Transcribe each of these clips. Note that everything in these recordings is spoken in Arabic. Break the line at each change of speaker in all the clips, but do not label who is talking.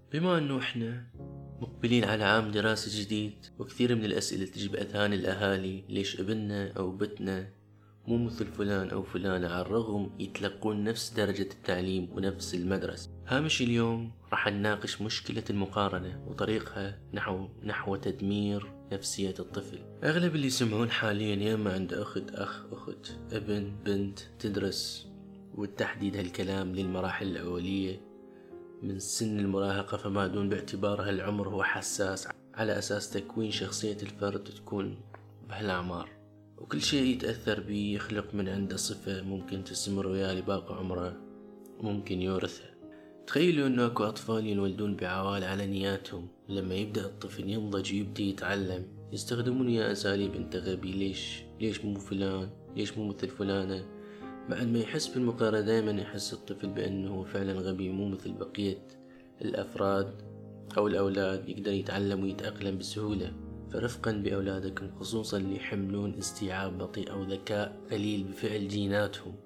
بما أنه إحنا مقبلين على عام دراسي جديد، وكثير من الأسئلة تجي بأذهان الأهالي: ليش ابننا أو بنتنا مو مثل فلان أو فلانة على الرغم يتلقون نفس درجة التعليم ونفس المدرسة؟ هامش اليوم راح نناقش مشكلة المقارنة وطريقها نحو تدمير نفسية الطفل. أغلب اللي يسمعون حاليا يا ما عنده أخت، ابن، بنت تدرس، والتحديد هالكلام للمراحل الأولية من سن المراهقة فما دون، باعتبار هالعمر هو حساس على أساس تكوين شخصية الفرد تكون بهالأعمار، وكل شيء يتأثر بيه يخلق من عنده صفة ممكن تستمر وياه لباقي عمره، ممكن يورثها. تخيلوا أنه أكو أطفال ينولدون بعوال على نياتهم، لما يبدأ الطفل ينضج ويبدأ يتعلم يستخدمون يا أساليب انت غبي، ليش مو فلان، ليش مو مثل فلانة. بعد ما يحس بالمقارنة دائما يحس الطفل بأنه فعلا غبي مو مثل بقية الأفراد أو الأولاد، يقدر يتعلم ويتأقلم بسهولة. فرفقا بأولادكم، خصوصا اللي يحملون استيعاب بطيء أو ذكاء قليل بفعل جيناتهم.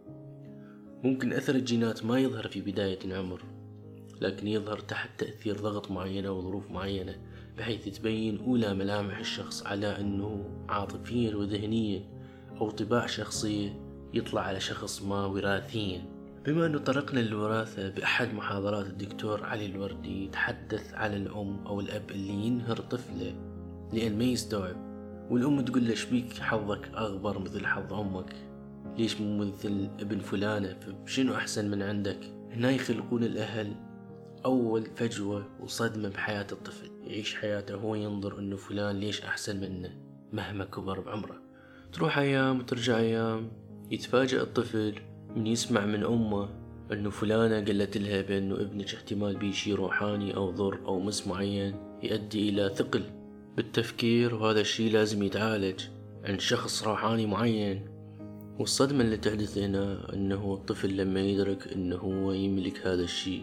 ممكن أثر الجينات ما يظهر في بداية العمر، لكن يظهر تحت تأثير ضغط معين أو ظروف معينة، بحيث تبين أولى ملامح الشخص على أنه عاطفيا وذهنيا أو طباع شخصية يطلع على شخص ما وراثيا. بما أنه طرقنا للوراثة، بأحد محاضرات الدكتور علي الوردي يتحدث على الأم أو الأب اللي ينهر طفله لأن ما يستوعب، والأم تقول له: شبيك حظك أغبر مثل حظ أمك، ليش مو مثل ابن فلانة، فشنو أحسن من عندك؟ هنا يخلقون الأهل أول فجوة وصدمة بحياة الطفل، يعيش حياته هو ينظر أنه فلان ليش أحسن منه مهما كبر بعمره. تروح أيام وترجع أيام، يتفاجأ الطفل من يسمع من أمه أنه فلانة قالت لها بأنه ابنك احتمال بيه شي روحاني أو ضر أو مس معين يؤدي إلى ثقل بالتفكير، وهذا الشي لازم يتعالج عند شخص روحاني معين. والصدمة اللي تحدث هنا أنه الطفل لما يدرك أنه هو يملك هذا الشي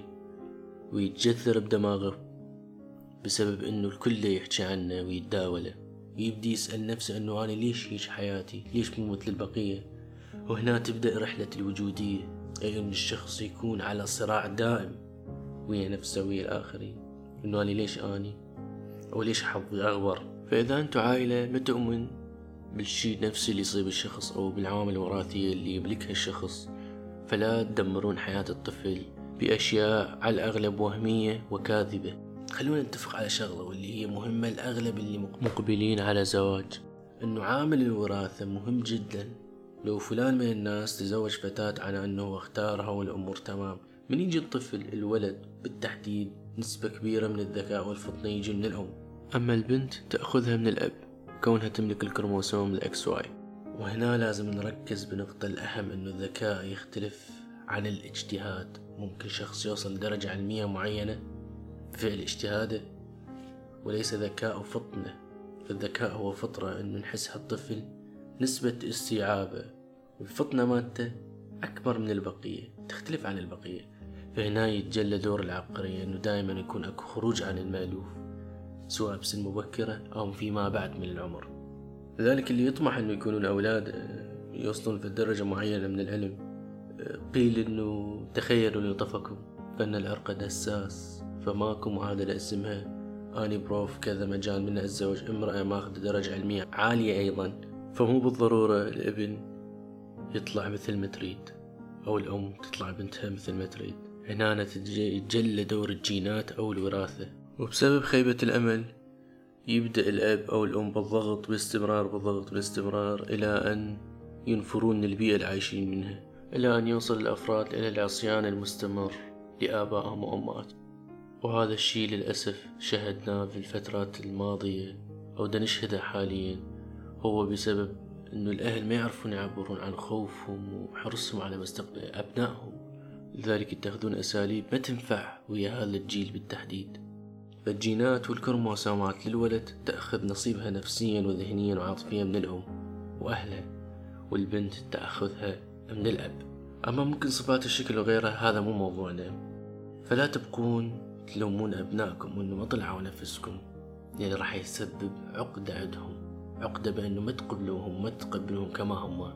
ويتجذر بدماغه بسبب أنه الكل يحكي عنه ويتداوله، ويبدي يسأل نفسه أنه أنا ليش هيك حياتي، ليش مو مثل البقية. وهنا تبدأ رحلة الوجودية، أي أن الشخص يكون على صراع دائم ويا نفسه ويا الآخرين، أنه أنا ليش أني، أو ليش حظي أغبر. فإذا أنتوا عائلة ما تؤمن بالشيء نفسه اللي يصيب الشخص أو بالعوامل الوراثية اللي يملكها الشخص، فلا تدمرون حياة الطفل بأشياء على الأغلب وهمية وكاذبة. خلونا نتفق على شغلة واللي هي مهمة لأغلب اللي مقبلين على زواج، أنه عامل الوراثة مهم جدا. لو فلان من الناس تزوج فتاة على أنه اختارها والأمور تمام، من يجي الطفل الولد بالتحديد نسبة كبيرة من الذكاء والفطنة يجي من الأم، أما البنت تأخذها من الأب كونها تملك الكروموسوم الإكس واي. وهنا لازم نركز بنقطة الأهم، أنه الذكاء يختلف عن الاجتهاد. ممكن شخص يوصل لدرجة علمية معينة بفعل اجتهاده وليس ذكاء وفطنة، فالذكاء هو فطرة أنه نحس هالطفل نسبة استيعابه والفطنة مالته أكبر من البقية، تختلف عن البقية. فهنا يتجلى دور العبقرية، أنه دائما يكون أكو خروج عن المألوف سواء بسن مبكرة أو فيما بعد من العمر. لذلك اللي يطمح أنه يكونون أولاد يوصلون في درجة معينة من العلم، قيل أنه تخيلوا أنه طفكوا فإن العرق دساس، فماكو معادلة اسمها أني بروف كذا مجال من الزوج امرأة ماخذ درجة علمية عالية أيضا، فمو بالضرورة الابن يطلع مثل ما تريد أو الأم تطلع بنتها مثل ما تريد. هنا يتجلى دور الجينات أو الوراثة، وبسبب خيبة الأمل يبدأ الأب أو الأم بالضغط باستمرار إلى أن ينفرون من البيئة اللي عايشين منها، إلى أن يوصل الأفراد إلى العصيان المستمر لآبائهم وأمهاتهم. وهذا الشيء للأسف شهدناه في الفترات الماضية أو نشهده حاليا، هو بسبب أنه الأهل ما يعرفون يعبرون عن خوفهم وحرصهم على مستقبل أبنائهم، لذلك يتخذون أساليب ما تنفع ويا هذا الجيل بالتحديد. فالجينات والكروموسومات للولد تأخذ نصيبها نفسيا وذهنيا وعاطفيا من الأم وأهله، والبنت تأخذها من الأب. أما ممكن صفات الشكل وغيرها، هذا مو موضوعنا. فلا تبقون تلومون أبنائكم وأنه ما طلعوا نفسكم، يعني راح يسبب عقدة عندهم، عقدة بأنه ما تقبلوهم ما تقبلوهم كما هم،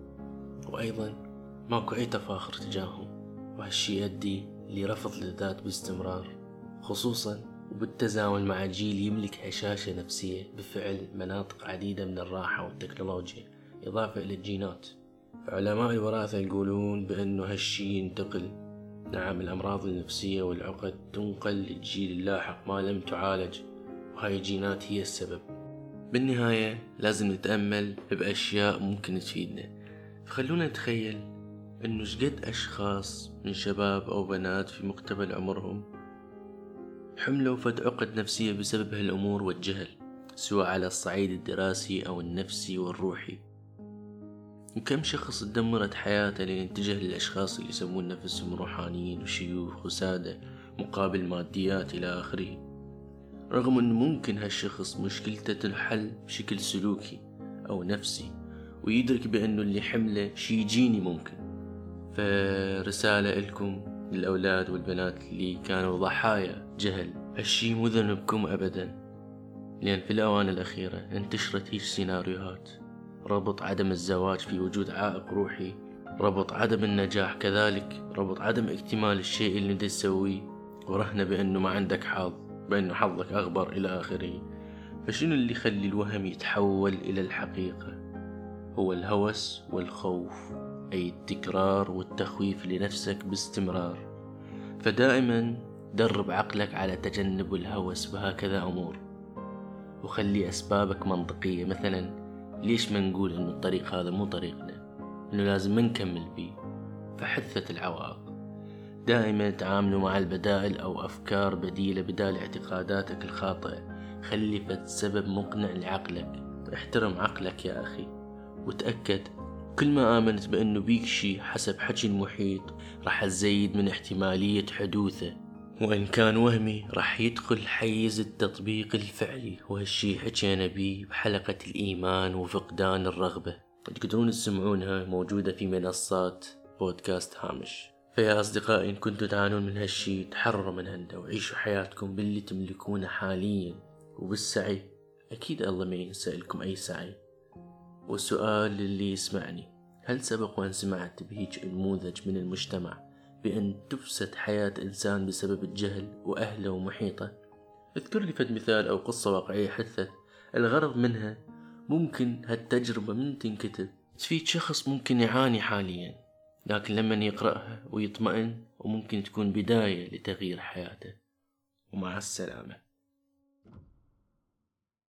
وأيضا ماكو أي تفاخر تجاههم، وهالشي يؤدي لرفض للذات باستمرار، خصوصا وبالتزامن مع جيل يملك هشاشة نفسية بفعل مناطق عديدة من الراحة والتكنولوجيا إضافة إلى الجينات. فعلماء الوراثة يقولون بأنه هالشي ينتقل. نعم، الأمراض النفسية والعقد تنقل للجيل اللاحق ما لم تعالج، وهاي الجينات هي السبب. بالنهاية لازم نتأمل بأشياء ممكن تفيدنا. فخلونا نتخيل إنه شقد أشخاص من شباب أو بنات في مقتبل عمرهم حملوا فد عقد نفسية بسبب هالأمور والجهل، سواء على الصعيد الدراسي أو النفسي والروحي. وكم شخص تدمرت حياته ليتجه للأشخاص اللي يسمون نفسهم روحانيين وشيوخ وسادة مقابل ماديات إلى آخره، رغم أنه ممكن هالشخص مشكلته تنحل بشكل سلوكي أو نفسي، ويدرك بأنه اللي حمله شي جيني ممكن. فرسالة لكم للأولاد والبنات اللي كانوا ضحايا جهل، هالشي مو ذنبكم أبدا، لأن في الأوان الأخيرة انتشرت هيج سيناريوهات، ربط عدم الزواج في وجود عائق روحي، ربط عدم النجاح كذلك، ربط عدم اكتمال الشيء اللي انت تسويه، ورهنة بأنه ما عندك حظ، بأنه حظك أغبر إلى آخره. فشنو اللي يخلي الوهم يتحول إلى الحقيقة؟ هو الهوس والخوف، أي التكرار والتخويف لنفسك باستمرار. فدائما درب عقلك على تجنب الهوس بهكذا أمور، وخلي أسبابك منطقية. مثلا ليش ما نقول إنه الطريق هذا مو طريقنا، إنه لازم ما نكمل بيه، فحثت العوائق. دائما تعاملوا مع البدائل أو أفكار بديلة بدال اعتقاداتك الخاطئة. خلي فد سبب مقنع لعقلك، احترم عقلك يا أخي، وتأكد كل ما آمنت بأنه بيك شي حسب حكي المحيط راح تزيد من احتمالية حدوثه، وإن كان وهمي راح يدخل حيز التطبيق الفعلي. وهالشي حكينا بيه بحلقة الإيمان وفقدان الرغبة، تقدرون تسمعونها، موجودة في منصات بودكاست هامش. فيا أصدقائي، إن كنتوا تعانون من هالشي تحرروا من هنده وعيشوا حياتكم باللي تملكونه حاليا وبالسعي. أكيد الله ما ينسى لكم أي سعي. والسؤال للي يسمعني، هل سبق وأن سمعت بهيج نموذج من المجتمع بأن تفسد حياة إنسان بسبب الجهل وأهله ومحيطه؟ اذكر لي فد مثال أو قصة واقعية حدثت الغرض منها ممكن هالتجربة من تنكتب تفيد شخص ممكن يعاني حاليا، لكن لمن يقرأها ويطمئن وممكن تكون بداية لتغيير حياته. ومع السلامة.